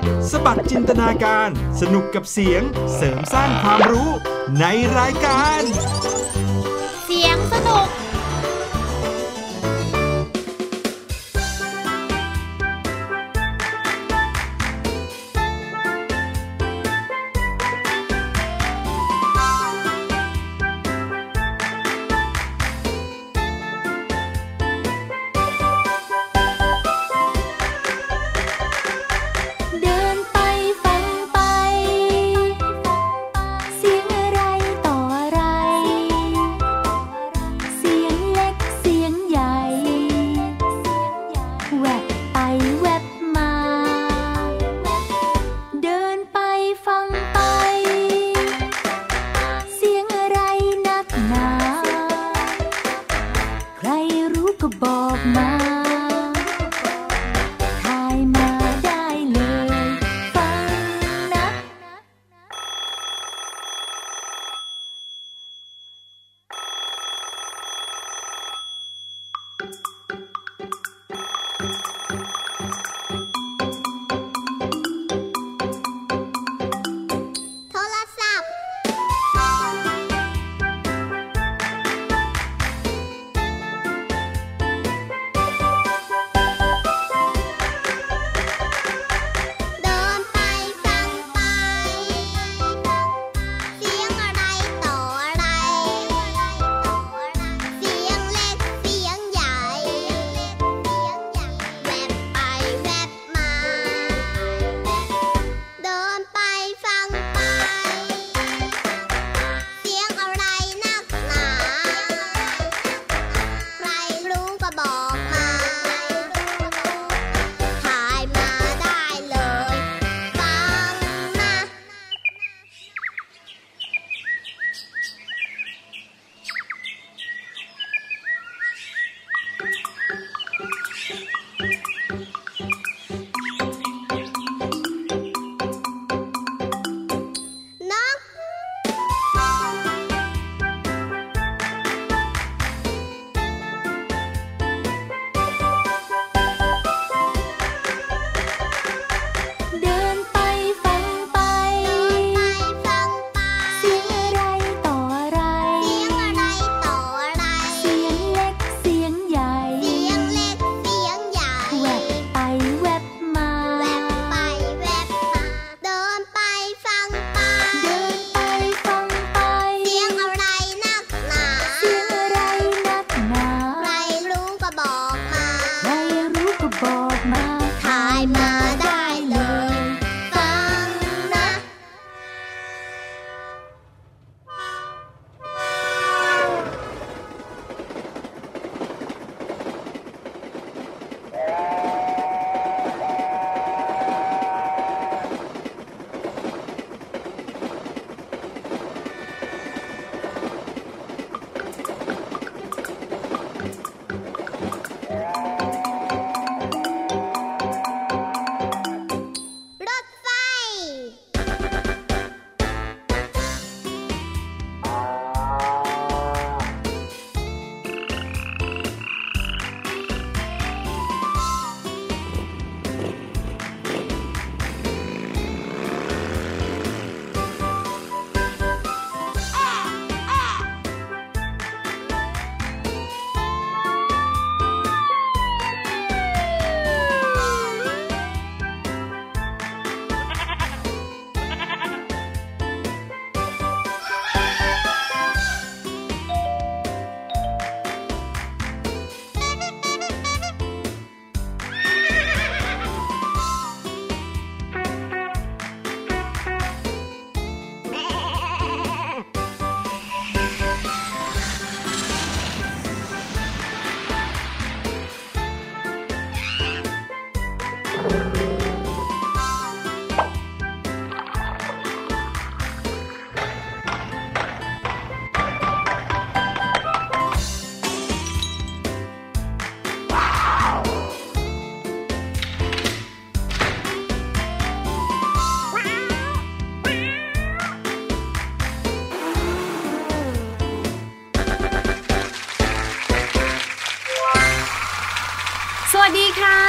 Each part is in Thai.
สบัดจินตนาการสนุกกับเสียงเสริมสร้างความรู้ในรายการเสียงสนุกเสียงอะไรต่ออะไร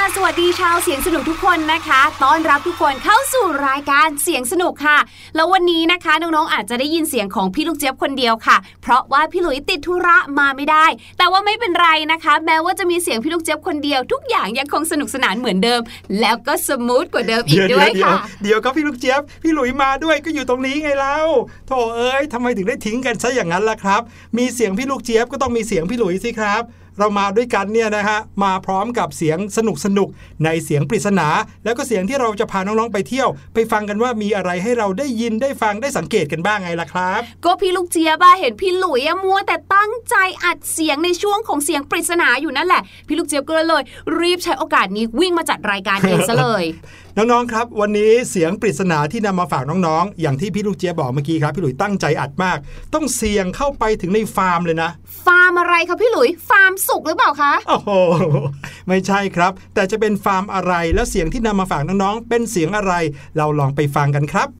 สวัสดีชาวเสียงสนุกทุกคนนะคะต้อนรับทุกคนเข้าสู่รายการเสียงสนุกค่ะแล้ววันนี้นะคะน้องๆอาจจะได้ยินเสียงของพี่ลูกเจี๊ยบคนเดียวค่ะเพราะว่าพี่หลุยติดธุระมาไม่ได้แต่ว่าไม่เป็นไรนะคะแม้ว่าจะมีเสียงพี่ลูกเจี๊ยบคนเดียวทุกอย่างยังคงสนุกสนานเหมือนเดิมแล้วก็สมูทกว่าเดิมอีกด้วยค่ะเดี๋ยวครับพี่ลูกเจี๊ยบพี่หลุยมาด้วยก็อยู่ตรงนี้ไงเล่าโธ่เอ้ยทำไมถึงได้ทิ้งกันซะอย่างนั้นล่ะครับมีเสียงพี่ลูกเจี๊ยบก็ต้องมีเสียงพี่หลุยสิครับเรามาด้วยกันเนี่ยนะฮะมาพร้อมกับเสียงสนุกในเสียงปริศนาแล้วก็เสียงที่เราจะพาน้องๆไปเที่ยวไปฟังกันว่ามีอะไรให้เราได้ยินได้ฟังได้สังเกตกันบ้างไงล่ะครับก็พี่ลูกเจี๊ยบเห็นพี่หลุยมัวแต่ตั้งใจอัดเสียงในช่วงของเสียงปริศนาอยู่นั่นแหละพี่ลูกเจี๊ยบก็เลยรีบใช้โอกาสนี้วิ่งมาจัดรายการเองซะเลยน้องๆครับวันนี้เสียงปริศนาที่นำมาฝากน้องๆอย่างที่พี่ลูกเจี๊ยบบอกเมื่อกี้ครับพี่หลุยตั้งใจอัดมากต้องเสี่ยงเข้าไปถึงในฟาร์มเลยนะฟาร์มอะไรคะพี่หลุยฟาร์มสุกหรือเปล่าคะโอ้โหไม่ใช่ครับแต่จะเป็นฟาร์มอะไรแล้วเสียงที่นำมาฝากน้องๆเป็นเสียงอะไรเราลองไปฟังกันครับ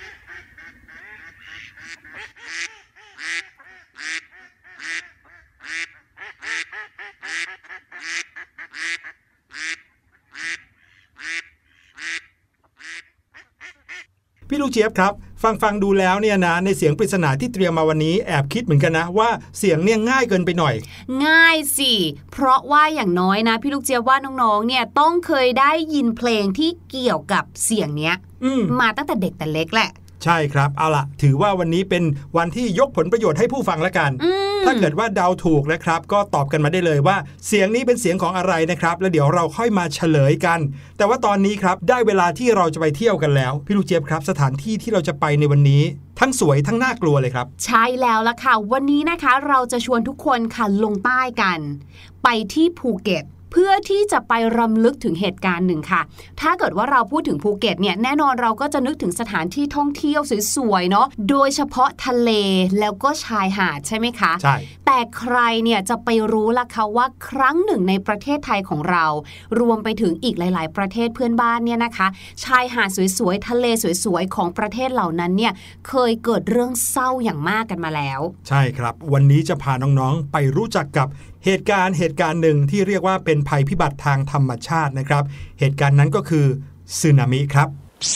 พี่ลูกเจี๊ยบครับฟังดูแล้วเนี่ยนะในเสียงปริศนาที่เตรียมมาวันนี้แอบคิดเหมือนกันนะว่าเสียงเนี่ยง่ายเกินไปหน่อยง่ายสิเพราะว่าอย่างน้อยนะพี่ลูกเจี๊ยบว่าน้องๆเนี่ยต้องเคยได้ยินเพลงที่เกี่ยวกับเสียงเนี้ยมาตั้งแต่เด็กแต่เล็กแหละใช่ครับเอาล่ะถือว่าวันนี้เป็นวันที่ยกผลประโยชน์ให้ผู้ฟังละกันถ้าเกิดว่าเดาถูกนะครับก็ตอบกันมาได้เลยว่าเสียงนี้เป็นเสียงของอะไรนะครับแล้วเดี๋ยวเราค่อยมาเฉลยกันแต่ว่าตอนนี้ครับได้เวลาที่เราจะไปเที่ยวกันแล้วพี่ลูกเจี๊ยบครับสถานที่ที่เราจะไปในวันนี้ทั้งสวยทั้งน่ากลัวเลยครับใช่แล้วล่ะค่ะวันนี้นะคะเราจะชวนทุกคนค่ะลงใต้กันไปที่ภูเก็ตเพื่อที่จะไปรำลึกถึงเหตุการณ์หนึ่งค่ะถ้าเกิดว่าเราพูดถึงภูเก็ตเนี่ยแน่นอนเราก็จะนึกถึงสถานที่ท่องเที่ยวสวยๆเนาะโดยเฉพาะทะเลแล้วก็ชายหาดใช่ไหมคะใช่แต่ใครเนี่ยจะไปรู้ล่ะคะว่าครั้งหนึ่งในประเทศไทยของเรารวมไปถึงอีกหลายๆประเทศเพื่อนบ้านเนี่ยนะคะชายหาดสวยๆทะเลสวยๆของประเทศเหล่านั้นเนี่ยเคยเกิดเรื่องเศร้าอย่างมากกันมาแล้วใช่ครับวันนี้จะพาน้องๆไปรู้จักกับเหตุการณ์หนึ่งที่เรียกว่าเป็นภัยพิบัติทางธรรมชาตินะครับเหตุการณ์นั้นก็คือสึนามิครับ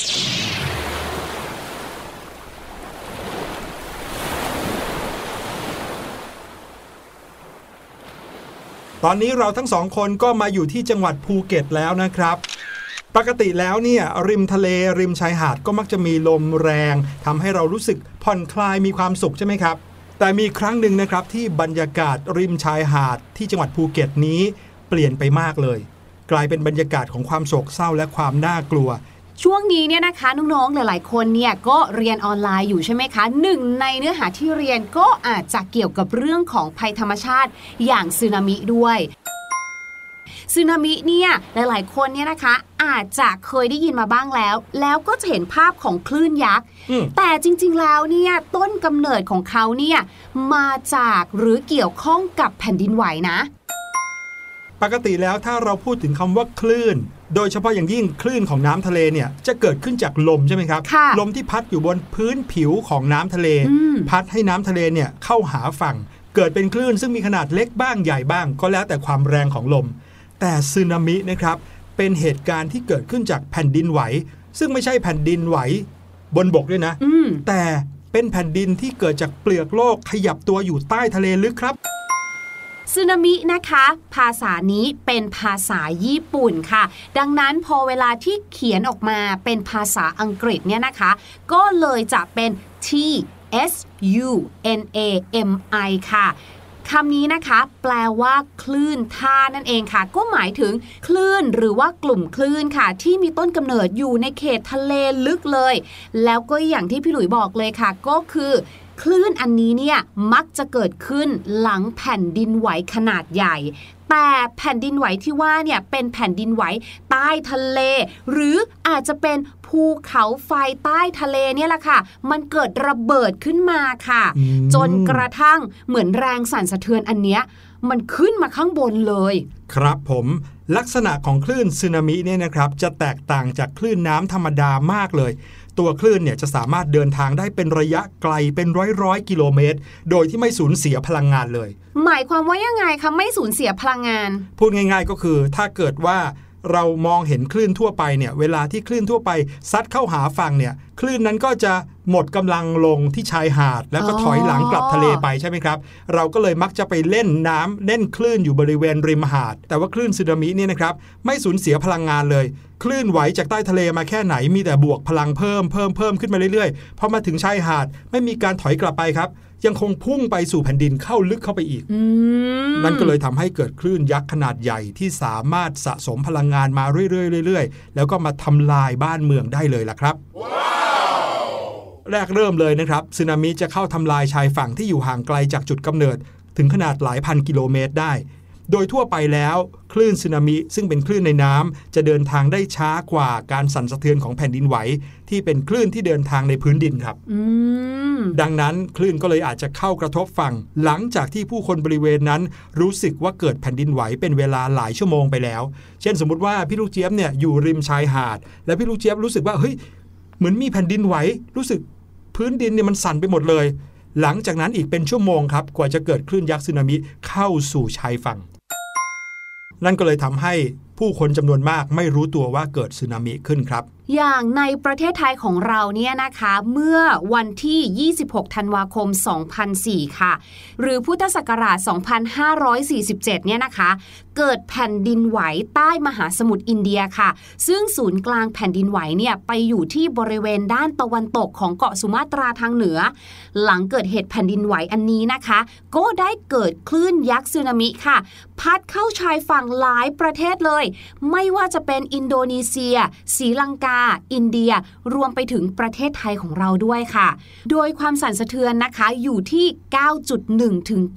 ตอนนี้เราทั้งสองคนก็มาอยู่ที่จังหวัดภูเก็ตแล้วนะครับปกติแล้วเนี่ยริมทะเลริมชายหาดก็มักจะมีลมแรงทำให้เรารู้สึกผ่อนคลายมีความสุขใช่ไหมครับแต่มีครั้งหนึ่งนะครับที่บรรยากาศริมชายหาดที่จังหวัดภูเก็ตนี้เปลี่ยนไปมากเลยกลายเป็นบรรยากาศของความโศกเศร้าและความน่ากลัวช่วงนี้เนี่ยนะคะน้องๆหลายๆคนเนี่ยก็เรียนออนไลน์อยู่ใช่ไหมคะหนึ่งในเนื้อหาที่เรียนก็อาจจะเกี่ยวกับเรื่องของภัยธรรมชาติอย่างสึนามิด้วยสึนามิเนี่ยหลายๆคนเนี่ยนะคะอาจจะเคยได้ยินมาบ้างแล้วก็จะเห็นภาพของคลื่นยักษ์แต่จริงๆแล้วเนี่ยต้นกำเนิดของเขาเนี่ยมาจากหรือเกี่ยวข้องกับแผ่นดินไหวนะปกติแล้วถ้าเราพูดถึงคำว่าคลื่นโดยเฉพาะอย่างยิ่งคลื่นของน้ำทะเลเนี่ยจะเกิดขึ้นจากลมใช่ไหมครับลมที่พัดอยู่บนพื้นผิวของน้ำทะเลพัดให้น้ำทะเลเนี่ยเข้าหาฝั่งเกิดเป็นคลื่นซึ่งมีขนาดเล็กบ้างใหญ่บ้างก็แล้วแต่ความแรงของลมแต่สึนามินะครับเป็นเหตุการณ์ที่เกิดขึ้นจากแผ่นดินไหวซึ่งไม่ใช่แผ่นดินไหวบนบกด้วยนะแต่เป็นแผ่นดินที่เกิดจากเปลือกโลกขยับตัวอยู่ใต้ทะเลลึกครับสึนามินะคะภาษานี้เป็นภาษาญี่ปุ่นค่ะดังนั้นพอเวลาที่เขียนออกมาเป็นภาษาอังกฤษเนี่ยนะคะก็เลยจะเป็น TSUNAMI ค่ะคำนี้นะคะแปลว่าคลื่นท่านั่นเองค่ะก็หมายถึงคลื่นหรือว่ากลุ่มคลื่นค่ะที่มีต้นกำเนิดอยู่ในเขตทะเลลึกเลยแล้วก็อย่างที่พี่หลุยบอกเลยค่ะก็คือคลื่นอันนี้เนี่ยมักจะเกิดขึ้นหลังแผ่นดินไหวขนาดใหญ่แต่แผ่นดินไหวที่ว่าเนี่ยเป็นแผ่นดินไหวใต้ทะเลหรืออาจจะเป็นภูเขาไฟใต้ทะเลเนี่ยแหละค่ะมันเกิดระเบิดขึ้นมาค่ะจนกระทั่งเหมือนแรงสั่นสะเทือนอันเนี้ยมันขึ้นมาข้างบนเลยครับผมลักษณะของคลื่นสึนามิเนี่ยนะครับจะแตกต่างจากคลื่นน้ำธรรมดามากเลยตัวคลื่นเนี่ยจะสามารถเดินทางได้เป็นระยะไกลเป็นร้อยกิโลเมตรโดยที่ไม่สูญเสียพลังงานเลยหมายความว่ายังไงคะไม่สูญเสียพลังงานพูดง่ายๆก็คือถ้าเกิดว่าเรามองเห็นคลื่นทั่วไปเนี่ยเวลาที่คลื่นทั่วไปซัดเข้าหาฝั่งเนี่ยคลื่นนั้นก็จะหมดกำลังลงที่ชายหาดแล้วก็ถอยหลังกลับทะเลไปใช่ไหมครับเราก็เลยมักจะไปเล่นน้ำเล่นคลื่นอยู่บริเวณริมหาดแต่ว่าคลื่นสึนามินี่นะครับไม่สูญเสียพลังงานเลยคลื่นไหวจากใต้ทะเลมาแค่ไหนมีแต่บวกพลังเพิ่มขึ้นมาเรื่อยๆพอมาถึงชายหาดไม่มีการถอยกลับไปครับยังคงพุ่งไปสู่แผ่นดินเข้าลึกเข้าไปอีกนั่นก็เลยทำให้เกิดคลื่นยักษ์ขนาดใหญ่ที่สามารถสะสมพลังงานมาเรื่อยๆแล้วก็มาทำลายบ้านเมืองได้เลยล่ะครับ แรกเริ่มเลยนะครับสึนามิจะเข้าทำลายชายฝั่งที่อยู่ห่างไกลจากจุดกำเนิดถึงขนาดหลายพันกิโลเมตรได้โดยทั่วไปแล้วคลื่นสึนามิซึ่งเป็นคลื่นในน้ำจะเดินทางได้ช้ากว่าการสั่นสะเทือนของแผ่นดินไหวที่เป็นคลื่นที่เดินทางในพื้นดินครับดังนั้นคลื่นก็เลยอาจจะเข้ากระทบฝั่งหลังจากที่ผู้คนบริเวณนั้นรู้สึกว่าเกิดแผ่นดินไหวเป็นเวลาหลายชั่วโมงไปแล้วเช่นสมมติว่าพี่ลูกเจี๊ยบเนี่ยอยู่ริมชายหาดและพี่ลูกเจี๊ยบรู้สึกว่าเฮ้ยเหมือนมีแผ่นดินไหวรู้สึกพื้นดินเนี่ยมันสั่นไปหมดเลยหลังจากนั้นอีกเป็นชั่วโมงครับกว่าจะเกิดคลื่นยักษ์สึนามิเข้าสู่ชายฝั่งนั่นก็เลยทำให้ผู้คนจำนวนมากไม่รู้ตัวว่าเกิดสึนามิขึ้นครับอย่างในประเทศไทยของเราเนี่ยนะคะเมื่อวันที่26ธันวาคม2004ค่ะหรือพุทธศักราช2547เนี่ยนะคะเกิดแผ่นดินไหวใต้มหาสมุทรอินเดียค่ะซึ่งศูนย์กลางแผ่นดินไหวเนี่ยไปอยู่ที่บริเวณด้านตะวันตกของเกาะสุมาตราทางเหนือหลังเกิดเหตุแผ่นดินไหวอันนี้นะคะก็ได้เกิดคลื่นยักษ์สึนามิค่ะพัดเข้าชายฝั่งหลายประเทศเลยไม่ว่าจะเป็นอินโดนีเซียศรีลังกาอินเดียรวมไปถึงประเทศไทยของเราด้วยค่ะโดยความสั่นสะเทือนนะคะอยู่ที่ 9.1 ถึง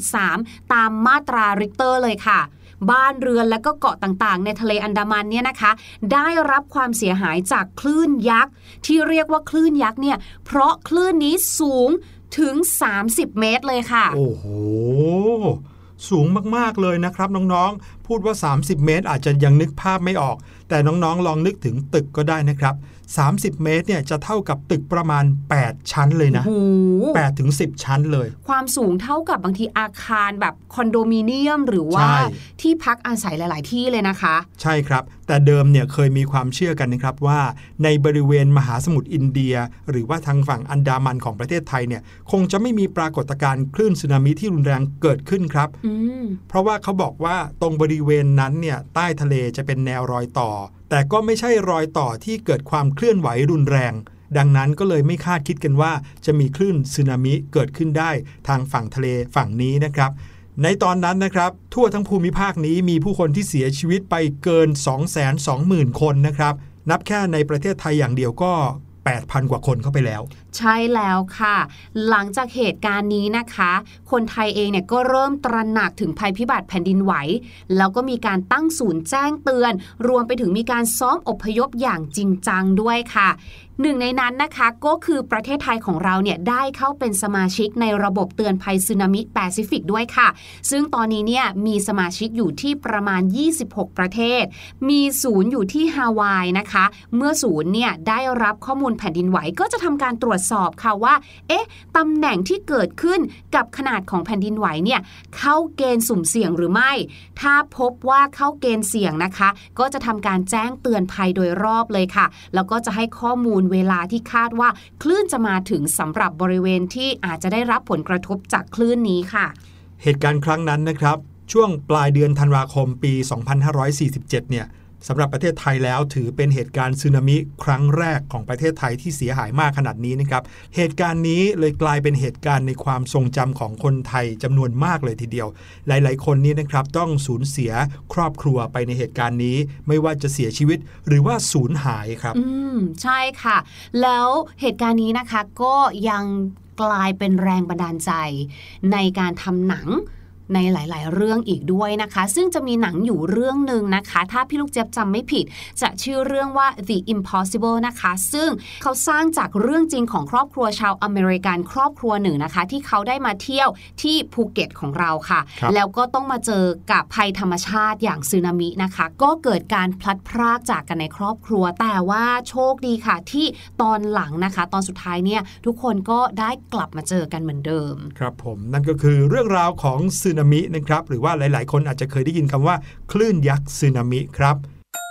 9.3 ตามมาตราริกเตอร์เลยค่ะบ้านเรือนและก็เกาะต่างๆในทะเลอันดามันเนี่ยนะคะได้รับความเสียหายจากคลื่นยักษ์ที่เรียกว่าคลื่นยักษ์เนี่ยเพราะคลื่นนี้สูงถึง30 เมตรเลยค่ะโอ้โหสูงมากๆเลยนะครับน้องๆพูดว่า30 เมตรอาจจะยังนึกภาพไม่ออกแต่น้องๆลองนึกถึงตึกก็ได้นะครับ30 เมตรเนี่ยจะเท่ากับตึกประมาณ8ชั้นเลยนะ8 ถึง 10 ชั้นเลยความสูงเท่ากับบางทีอาคารแบบคอนโดมิเนียมหรือว่าที่พักอาศัยหลายๆที่เลยนะคะใช่ครับแต่เดิมเนี่ยเคยมีความเชื่อกันนะครับว่าในบริเวณมหาสมุทรอินเดียหรือว่าทางฝั่งอันดามันของประเทศไทยเนี่ยคงจะไม่มีปรากฏการณ์คลื่นสึนามิที่รุนแรงเกิดขึ้นครับเพราะว่าเขาบอกว่าตรงบริเวณนั้นเนี่ยใต้ทะเลจะเป็นแนวรอยต่อแต่ก็ไม่ใช่รอยต่อที่เกิดความเคลื่อนไหวรุนแรงดังนั้นก็เลยไม่คาดคิดกันว่าจะมีคลื่นสึนามิเกิดขึ้นได้ทางฝั่งทะเลฝั่งนี้นะครับในตอนนั้นนะครับทั่วทั้งภูมิภาคนี้มีผู้คนที่เสียชีวิตไปเกิน 220,000 คนนะครับนับแค่ในประเทศไทยอย่างเดียวก็ 8,000 กว่าคนเข้าไปแล้วใช่แล้วค่ะหลังจากเหตุการณ์นี้นะคะคนไทยเองเนี่ยก็เริ่มตระหนักถึงภัยพิบัติแผ่นดินไหวแล้วก็มีการตั้งศูนย์แจ้งเตือนรวมไปถึงมีการซ้อมอพยพอย่างจริงจังด้วยค่ะหนึ่งในนั้นนะคะก็คือประเทศไทยของเราเนี่ยได้เข้าเป็นสมาชิกในระบบเตือนภัยสึนามิแปซิฟิกด้วยค่ะซึ่งตอนนี้เนี่ยมีสมาชิกอยู่ที่ประมาณ26ประเทศมีศูนย์อยู่ที่ฮาวายนะคะเมื่อศูนย์เนี่ยได้รับข้อมูลแผ่นดินไหวก็จะทำการตรวจสอบค่ะว่าตำแหน่งที่เกิดขึ้นกับขนาดของแผ่นดินไหวเนี่ยเข้าเกณฑ์สุ่มเสี่ยงหรือไม่ถ้าพบว่าเข้าเกณฑ์เสี่ยงนะคะก็จะทำการแจ้งเตือนภัยโดยรอบเลยค่ะแล้วก็จะให้ข้อมูลเวลาที่คาดว่าคลื่นจะมาถึงสำหรับบริเวณที่อาจจะได้รับผลกระทบจากคลื่นนี้ค่ะเหตุการณ์ครั้งนั้นนะครับช่วงปลายเดือนธันวาคมปี 2547 เนี่ยสำหรับประเทศไทยแล้วถือเป็นเหตุการณ์สึนามิครั้งแรกของประเทศไทยที่เสียหายมากขนาดนี้นะครับเหตุการณ์นี้เลยกลายเป็นเหตุการณ์ในความทรงจำของคนไทยจำนวนมากเลยทีเดียวหลายๆคนนี้นะครับต้องสูญเสียครอบครัวไปในเหตุการณ์นี้ไม่ว่าจะเสียชีวิตหรือว่าสูญหายครับใช่ค่ะแล้วเหตุการณ์นี้นะคะก็ยังกลายเป็นแรงบันดาลใจในการทำหนังในหลายๆเรื่องอีกด้วยนะคะซึ่งจะมีหนังอยู่เรื่องนึงนะคะถ้าพี่ลูกเจี๊ยบจำไม่ผิดจะชื่อเรื่องว่า The Impossible นะคะซึ่งเขาสร้างจากเรื่องจริงของครอบครัวชาวอเมริกันครอบครัวหนึ่งนะคะที่เขาได้มาเที่ยวที่ภูเก็ตของเราค่ะแล้วก็ต้องมาเจอกับภัยธรรมชาติอย่างสึนามินะคะก็เกิดการพลัดพรากจากกันในครอบครัวแต่ว่าโชคดีค่ะที่ตอนหลังนะคะตอนสุดท้ายเนี่ยทุกคนก็ได้กลับมาเจอกันเหมือนเดิมครับผมนั่นก็คือเรื่องราวของสึนามินะครับหรือว่าหลายๆคนอาจจะเคยได้ยินคำว่าคลื่นยักษ์สึนามิครับ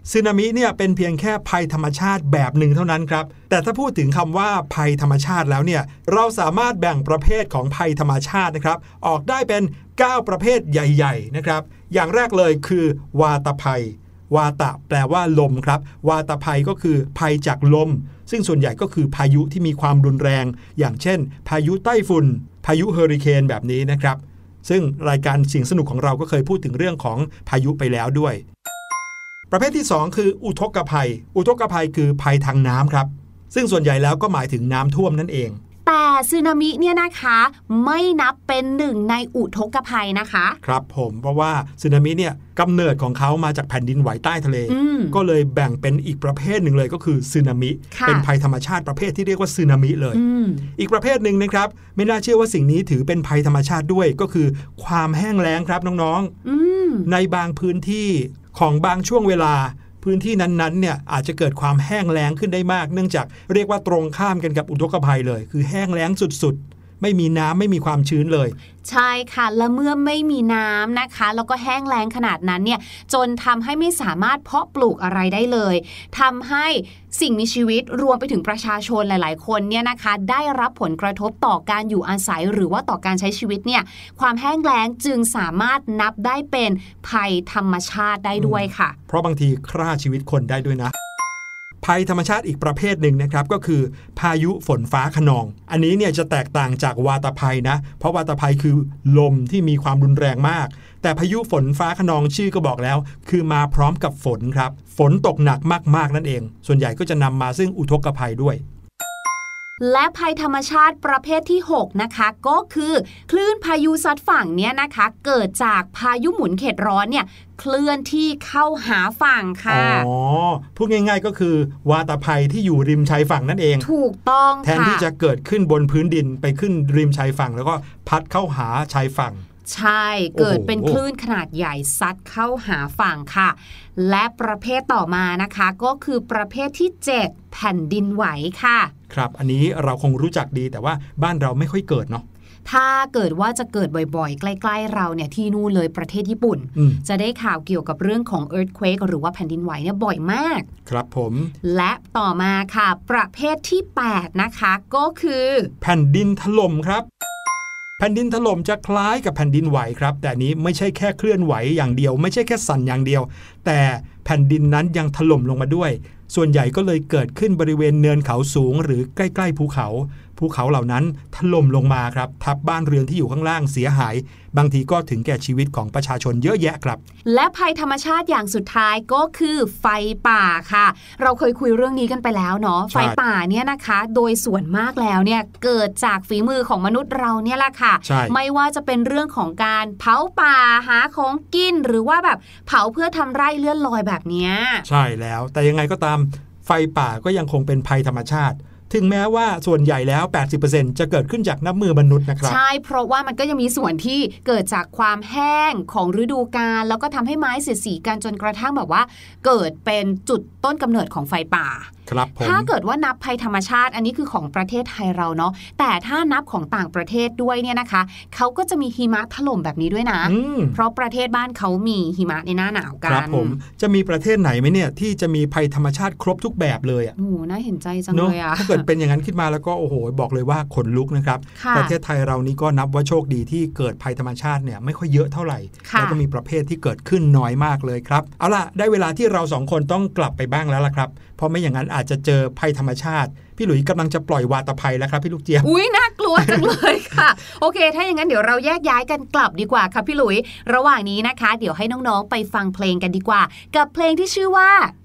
สึนามิเนี่ยเป็นเพียงแค่ภัยธรรมชาติแบบหนึ่งเท่านั้นครับแต่ถ้าพูดถึงคำว่าภัยธรรมชาติแล้วเนี่ยเราสามารถแบ่งประเภทของภัยธรรมชาตินะครับออกได้เป็น9ประเภทใหญ่ๆนะครับอย่างแรกเลยคือวาตภัยวาตะแปลว่าลมครับวาตภัยก็คือภัยจากลมซึ่งส่วนใหญ่ก็คือพายุที่มีความรุนแรงอย่างเช่นพายุไต้ฝุ่นพายุเฮอริเคนแบบนี้นะครับซึ่งรายการเสียงสนุกของเราก็เคยพูดถึงเรื่องของพายุไปแล้วด้วยประเภทที่2คืออุทกภัยอุทกภัยคือภัยทางน้ำครับซึ่งส่วนใหญ่แล้วก็หมายถึงน้ำท่วมนั่นเองแต่สึนามิเนี่ยนะคะไม่นับเป็นหนึ่งในอุทกภัยนะคะครับผมเพราะว่าสึนามิเนี่ยกำเนิดของเขามาจากแผ่นดินไหวใต้ทะเลก็เลยแบ่งเป็นอีกประเภทหนึ่งเลยก็คือสึนามิเป็นภัยธรรมชาติประเภทที่เรียกว่าสึนามิเลยอีกประเภทหนึ่งนะครับไม่น่าเชื่อว่าสิ่งนี้ถือเป็นภัยธรรมชาติด้วยก็คือความแห้งแล้งครับน้องๆในบางพื้นที่ของบางช่วงเวลาพื้นที่นั้นๆเนี่ยอาจจะเกิดความแห้งแล้งขึ้นได้มากเนื่องจากเรียกว่าตรงข้ามกันกับอุทกภัยเลยคือแห้งแล้งสุดๆไม่มีน้ำไม่มีความชื้นเลยใช่ค่ะและเมื่อไม่มีน้ำนะคะแล้วก็แห้งแล้งขนาดนั้นเนี่ยจนทำให้ไม่สามารถเพาะปลูกอะไรได้เลยทำให้สิ่งมีชีวิตรวมไปถึงประชาชนหลายๆคนเนี่ยนะคะได้รับผลกระทบต่อการอยู่อาศัยหรือว่าต่อการใช้ชีวิตเนี่ยความแห้งแล้งจึงสามารถนับได้เป็นภัยธรรมชาติได้ด้วยค่ะเพราะบางทีฆ่าชีวิตคนได้ด้วยนะภัยธรรมชาติอีกประเภทหนึ่งนะครับก็คือพายุฝนฟ้าคะนองอันนี้เนี่ยจะแตกต่างจากวาตภัยนะเพราะวาตภัยคือลมที่มีความรุนแรงมากแต่พายุฝนฟ้าคะนองชื่อก็บอกแล้วคือมาพร้อมกับฝนครับฝนตกหนักมากๆนั่นเองส่วนใหญ่ก็จะนำมาซึ่งอุทกภัยด้วยและภัยธรรมชาติประเภทที่6นะคะก็คือคลื่นพายุซัดฝั่งเนี่ยนะคะเกิดจากพายุหมุนเขตร้อนเนี่ยเคลื่อนที่เข้าหาฝั่งค่ะพูดง่ายๆก็คือวาตภัยที่อยู่ริมชายฝั่งนั่นเองถูกต้องแทนที่จะเกิดขึ้นบนพื้นดินไปขึ้นริมชายฝั่งแล้วก็พัดเข้าหาชายฝั่งใช่เกิดเป็นคลื่นขนาดใหญ่ซัดเข้าหาฝั่งค่ะและประเภทต่อมานะคะก็คือประเภทที่7แผ่นดินไหวค่ะครับอันนี้เราคงรู้จักดีแต่ว่าบ้านเราไม่ค่อยเกิดเนาะถ้าเกิดว่าจะเกิดบ่อยๆใกล้ๆเราเนี่ยที่นู่นเลยประเทศญี่ปุ่นจะได้ข่าวเกี่ยวกับเรื่องของ earthquake หรือว่าแผ่นดินไหวเนี่ยบ่อยมากครับผมและต่อมาค่ะประเภทที่8นะคะก็คือแผ่นดินถล่มครับแผ่นดินถล่มจะคล้ายกับแผ่นดินไหวครับแต่นี้ไม่ใช่แค่เคลื่อนไหวอย่างเดียวไม่ใช่แค่สั่นอย่างเดียวแต่แผ่นดินนั้นยังถล่มลงมาด้วยส่วนใหญ่ก็เลยเกิดขึ้นบริเวณเนินเขาสูงหรือใกล้ๆภูเขาเหล่านั้นถล่มลงมาครับทับบ้านเรือนที่อยู่ข้างล่างเสียหายบางทีก็ถึงแก่ชีวิตของประชาชนเยอะแยะครับและภัยธรรมชาติอย่างสุดท้ายก็คือไฟป่าค่ะเราเคยคุยเรื่องนี้กันไปแล้วเนาะไฟป่าเนี่ยนะคะโดยส่วนมากแล้วเนี่ยเกิดจากฝีมือของมนุษย์เราเนี่ยแหละค่ะไม่ว่าจะเป็นเรื่องของการเผาป่าหาของกินหรือว่าแบบเผาเพื่อทำไร่เลื่อนลอยแบบนี้ใช่แล้วแต่ยังไงก็ตามไฟป่าก็ยังคงเป็นภัยธรรมชาติถึงแม้ว่าส่วนใหญ่แล้ว 80% จะเกิดขึ้นจากน้ำมือมนุษย์นะครับใช่เพราะว่ามันก็ยังมีส่วนที่เกิดจากความแห้งของฤดูกาลแล้วก็ทำให้ไม้เสียดสีกันจนกระทั่งแบบว่าเกิดเป็นจุดต้นกำเนิดของไฟป่าถ้าเกิดว่านับภัยธรรมชาติอันนี้คือของประเทศไทยเราเนาะแต่ถ้านับของต่างประเทศด้วยเนี่ยนะคะเขาก็จะมีหิมะถล่มแบบนี้ด้วยนะเพราะประเทศบ้านเขามีหิมะในหน้าหนาวกันครับผมจะมีประเทศไหนไหมเนี่ยที่จะมีภัยธรรมชาติครบทุกแบบเลยอ่ะโอ้น่าเห็นใจจังเลยอ่ะถ้าเกิดเป็นอย่างนั้นขึ้นมาแล้วก็โอ้โหบอกเลยว่าขนลุกนะครับประเทศไทยเรานี่ก็นับว่าโชคดีที่เกิดภัยธรรมชาติเนี่ยไม่ค่อยเยอะเท่าไหร่แล้วก็มีประเภทที่เกิดขึ้นน้อยมากเลยครับเอาล่ะได้เวลาที่เราสองคนต้องกลับไปบ้างแล้วล่ะครับเพราะไม่อย่างนั้นอาจจะเจอภัยธรรมชาติพี่หลุยกำลังจะปล่อยวาตภัยแล้วครับพี่ลูกเจี๊ยบอุ๊ยน่ากลัวจังเลยค่ะโอเคถ้าอย่างนั้นเดี๋ยวเราแยกย้ายกันกลับดีกว่าค่ะพี่หลุยระหว่างนี้นะคะเดี๋ยวให้น้องๆไปฟังเพลงกันดีกว่ากับเพลงที่ชื่อว่า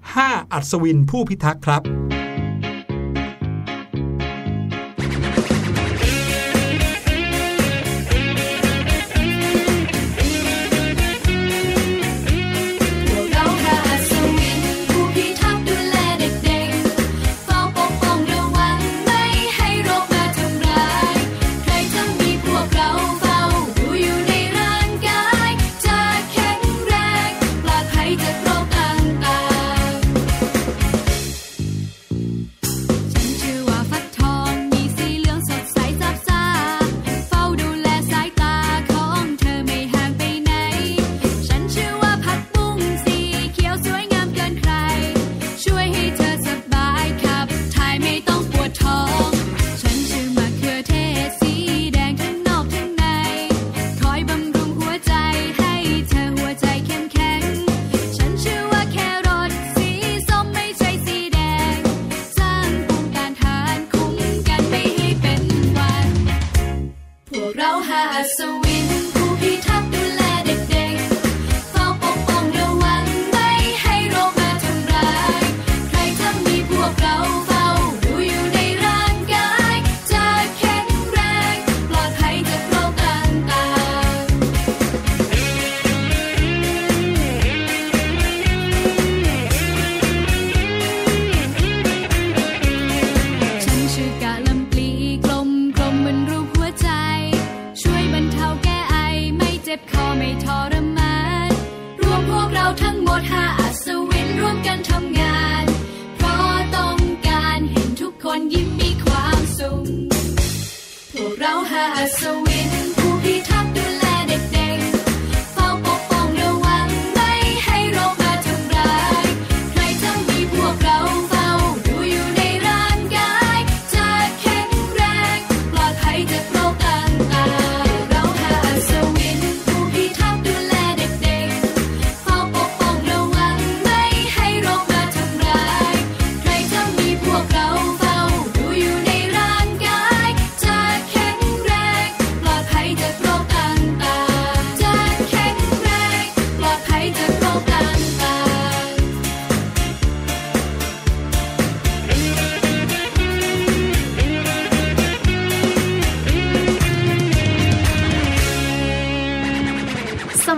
5อัศวินผู้พิทักษ์ครับ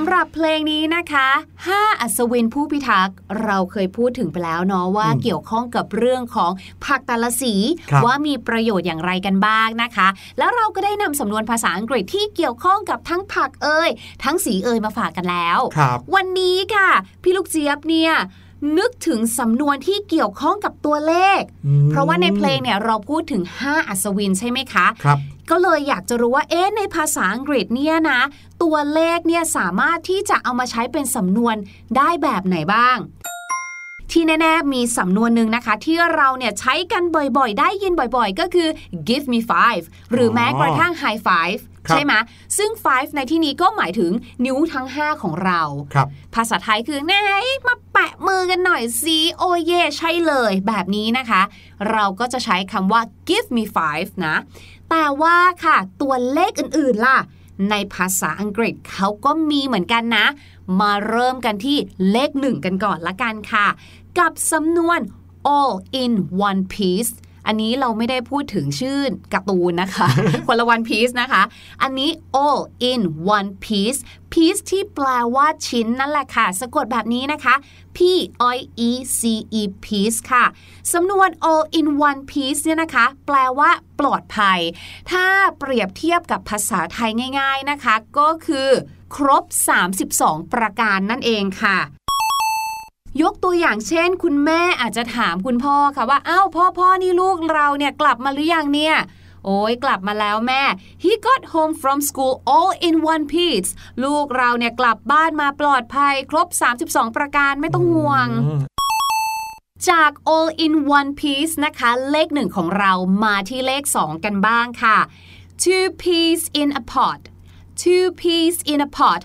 ำหรับเพลงนี้นะคะ5 อัศวินผู้พิทักษ์เราเคยพูดถึงไปแล้วเนาะว่าเกี่ยวข้องกับเรื่องของผักแต่ละสีว่ามีประโยชน์อย่างไรกันบ้างนะคะแล้วเราก็ได้นำสำนวนภาษาอังกฤษที่เกี่ยวข้องกับทั้งผักทั้งสีมาฝากกันแล้ววันนี้ค่ะพี่ลูกเจี๊ยบเนี่ยนึกถึงสำนวนที่เกี่ยวข้องกับตัวเลขเพราะว่าในเพลงเนี่ยเราพูดถึง5 อัศวินใช่ไหมคะครับก็เลยอยากจะรู้ว่าในภาษาอังกฤษเนี่ยนะตัวเลขเนี่ยสามารถที่จะเอามาใช้เป็นสำนวนได้แบบไหนบ้างที่แน่ๆมีสำนวนหนึ่งนะคะที่เราเนี่ยใช้กันบ่อยๆได้ยินบ่อยๆก็คือ give me 5 หรือแม้กระทั่ง high five ใช่ไหมซึ่ง 5 ในที่นี้ก็หมายถึงนิ้วทั้ง5ของเราภาษาไทยคือไหนมาแปะมือกันหน่อยสิโอเย่ใช่เลยแบบนี้นะคะเราก็จะใช้คำว่า give me 5 นะแต่ว่าค่ะตัวเลขอื่นๆล่ะในภาษาอังกฤษเขาก็มีเหมือนกันนะมาเริ่มกันที่เลข1กันก่อนละกันค่ะกับสำนวน all in one piece อันนี้เราไม่ได้พูดถึงชื่อการ์ตูนนะคะ คนละ one piece นะคะอันนี้ all in one piece piece ที่แปลว่าชิ้นนั่นแหละค่ะสะกดแบบนี้นะคะ p i e c e piece ค่ะสำนวน all in one piece เนี่ยนะคะแปลว่าปลอดภัยถ้าเปรียบเทียบกับภาษาไทยง่ายๆนะคะก็คือครบ32ประการนั่นเองค่ะยกตัวอย่างเช่นคุณแม่อาจจะถามคุณพ่อค่ะว่าอ้าวพ่อนี่ลูกเราเนี่ยกลับมาหรือยังเนี่ยโอ้ยกลับมาแล้วแม่ He got home from school all in one piece ลูกเราเนี่ยกลับบ้านมาปลอดภัยครบ32ประการไม่ต้องห่วงจาก all in one piece นะคะเลข1ของเรามาที่เลข2กันบ้างค่ะ two peas in a pot two peas in a pot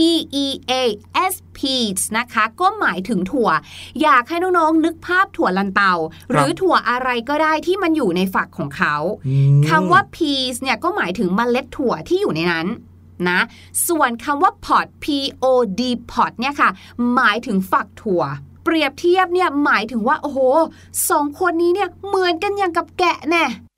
P-E-A-S peas นะคะก็หมายถึงถั่วอยากให้น้องๆนึกภาพถั่วลันเตาหรือถั่วอะไรก็ได้ที่มันอยู่ในฝักของเขาคำว่า peas เนี่ยก็หมายถึงเมล็ดถั่วที่อยู่ในนั้นนะส่วนคำว่า pot P-O-D pot เนี่ยค่ะหมายถึงฝักถั่วเปรียบเทียบเนี่ยหมายถึงว่าโอ้โห2คนนี้เนี่ยเหมือนกันอย่างกับแกะแน่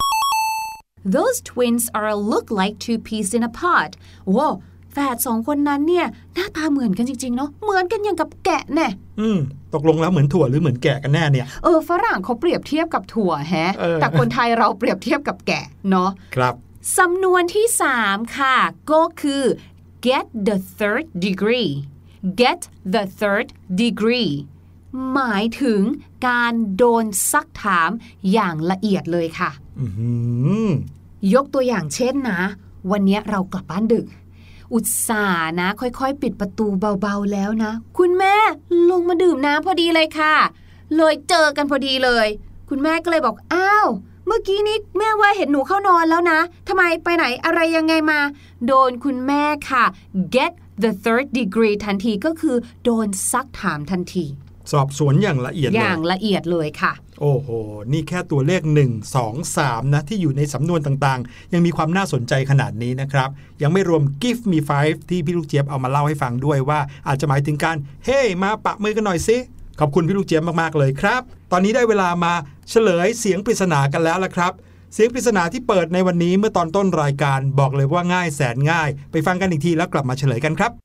Those twins are look like two peas in a pot ว้าวแฝด2คนนั้นเนี่ยหน้าตาเหมือนกันจริงๆเนาะเหมือนกันอย่างกับแกะแน่ตกลงแล้วเหมือนถั่วหรือเหมือนแกะกันแน่เนี่ยฝรั่งเขาเปรียบเทียบกับถั่วแฮะแต่คนไทยเราเปรียบเทียบกับแกะเนาะครับสำนวนที่3ค่ะก็คือ get the third degree get the third degree หมายถึงการโดนซักถามอย่างละเอียดเลยค่ะยกตัวอย่างเช่นนะวันนี้เรากลับบ้านดึกอุตส่าห์นะค่อยๆปิดประตูเบาๆแล้วนะคุณแม่ลงมาดื่มน้ำพอดีเลยค่ะเลยเจอกันพอดีเลยคุณแม่ก็เลยบอกอ้าวเมื่อกี้นี้แม่ว่าเห็นหนูเข้านอนแล้วนะทำไมไปไหนอะไรยังไงมาโดนคุณแม่ค่ะ get the third degree ทันทีก็คือโดนซักถามทันทีสอบสวนอย่างละเอียดอย่างละเอียดเลยค่ะโอ้โหนี่แค่ตัวเลข1 2 3นะที่อยู่ในสำนวนต่างๆยังมีความน่าสนใจขนาดนี้นะครับยังไม่รวม give me 5 ที่พี่ลูกเจี๊ยบเอามาเล่าให้ฟังด้วยว่าอาจจะหมายถึงการเฮ้มาปะมือกันหน่อยสิขอบคุณพี่ลูกเจี๊ยบมากๆเลยครับตอนนี้ได้เวลามาเฉลยเสียงปริศนากันแล้วละครับเสียงปริศนาที่เปิดในวันนี้เมื่อตอนต้นรายการบอกเลยว่าง่ายแสนง่ายไปฟังกันอีกทีแล้วกลับมาเฉลยกันครับ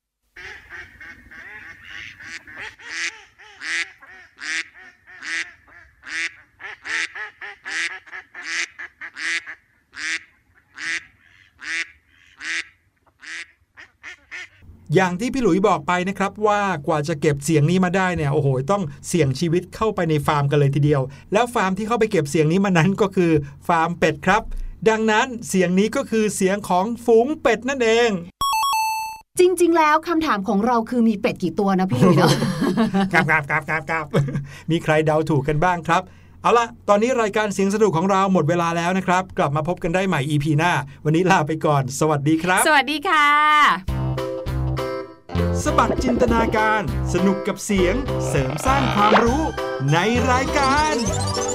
อย่างที่พี่หลุยบอกไปนะครับว่ากว่าจะเก็บเสียงนี้มาได้เนี่ยโอ้โหต้องเสี่ยงชีวิตเข้าไปในฟาร์มกันเลยทีเดียวแล้วฟาร์มที่เข้าไปเก็บเสียงนี้มานั้นก็คือฟาร์มเป็ดครับดังนั้นเสียงนี้ก็คือเสียงของฝูงเป็ดนั่นเองจริงๆแล้วคำถามของเราคือมีเป็ดกี่ตัวนะพี่หลุยเนาะครับมีใครเดาถูกกันบ้างครับเอาล่ะตอนนี้รายการเสียงสนุกของเราหมดเวลาแล้วนะครับกลับมาพบกันได้ใหม่ EP หน้าวันนี้ลาไปก่อนสวัสดีครับสวัสดีค่ะสบัดจินตนาการสนุกกับเสียงเสริมสร้างความรู้ในรายการ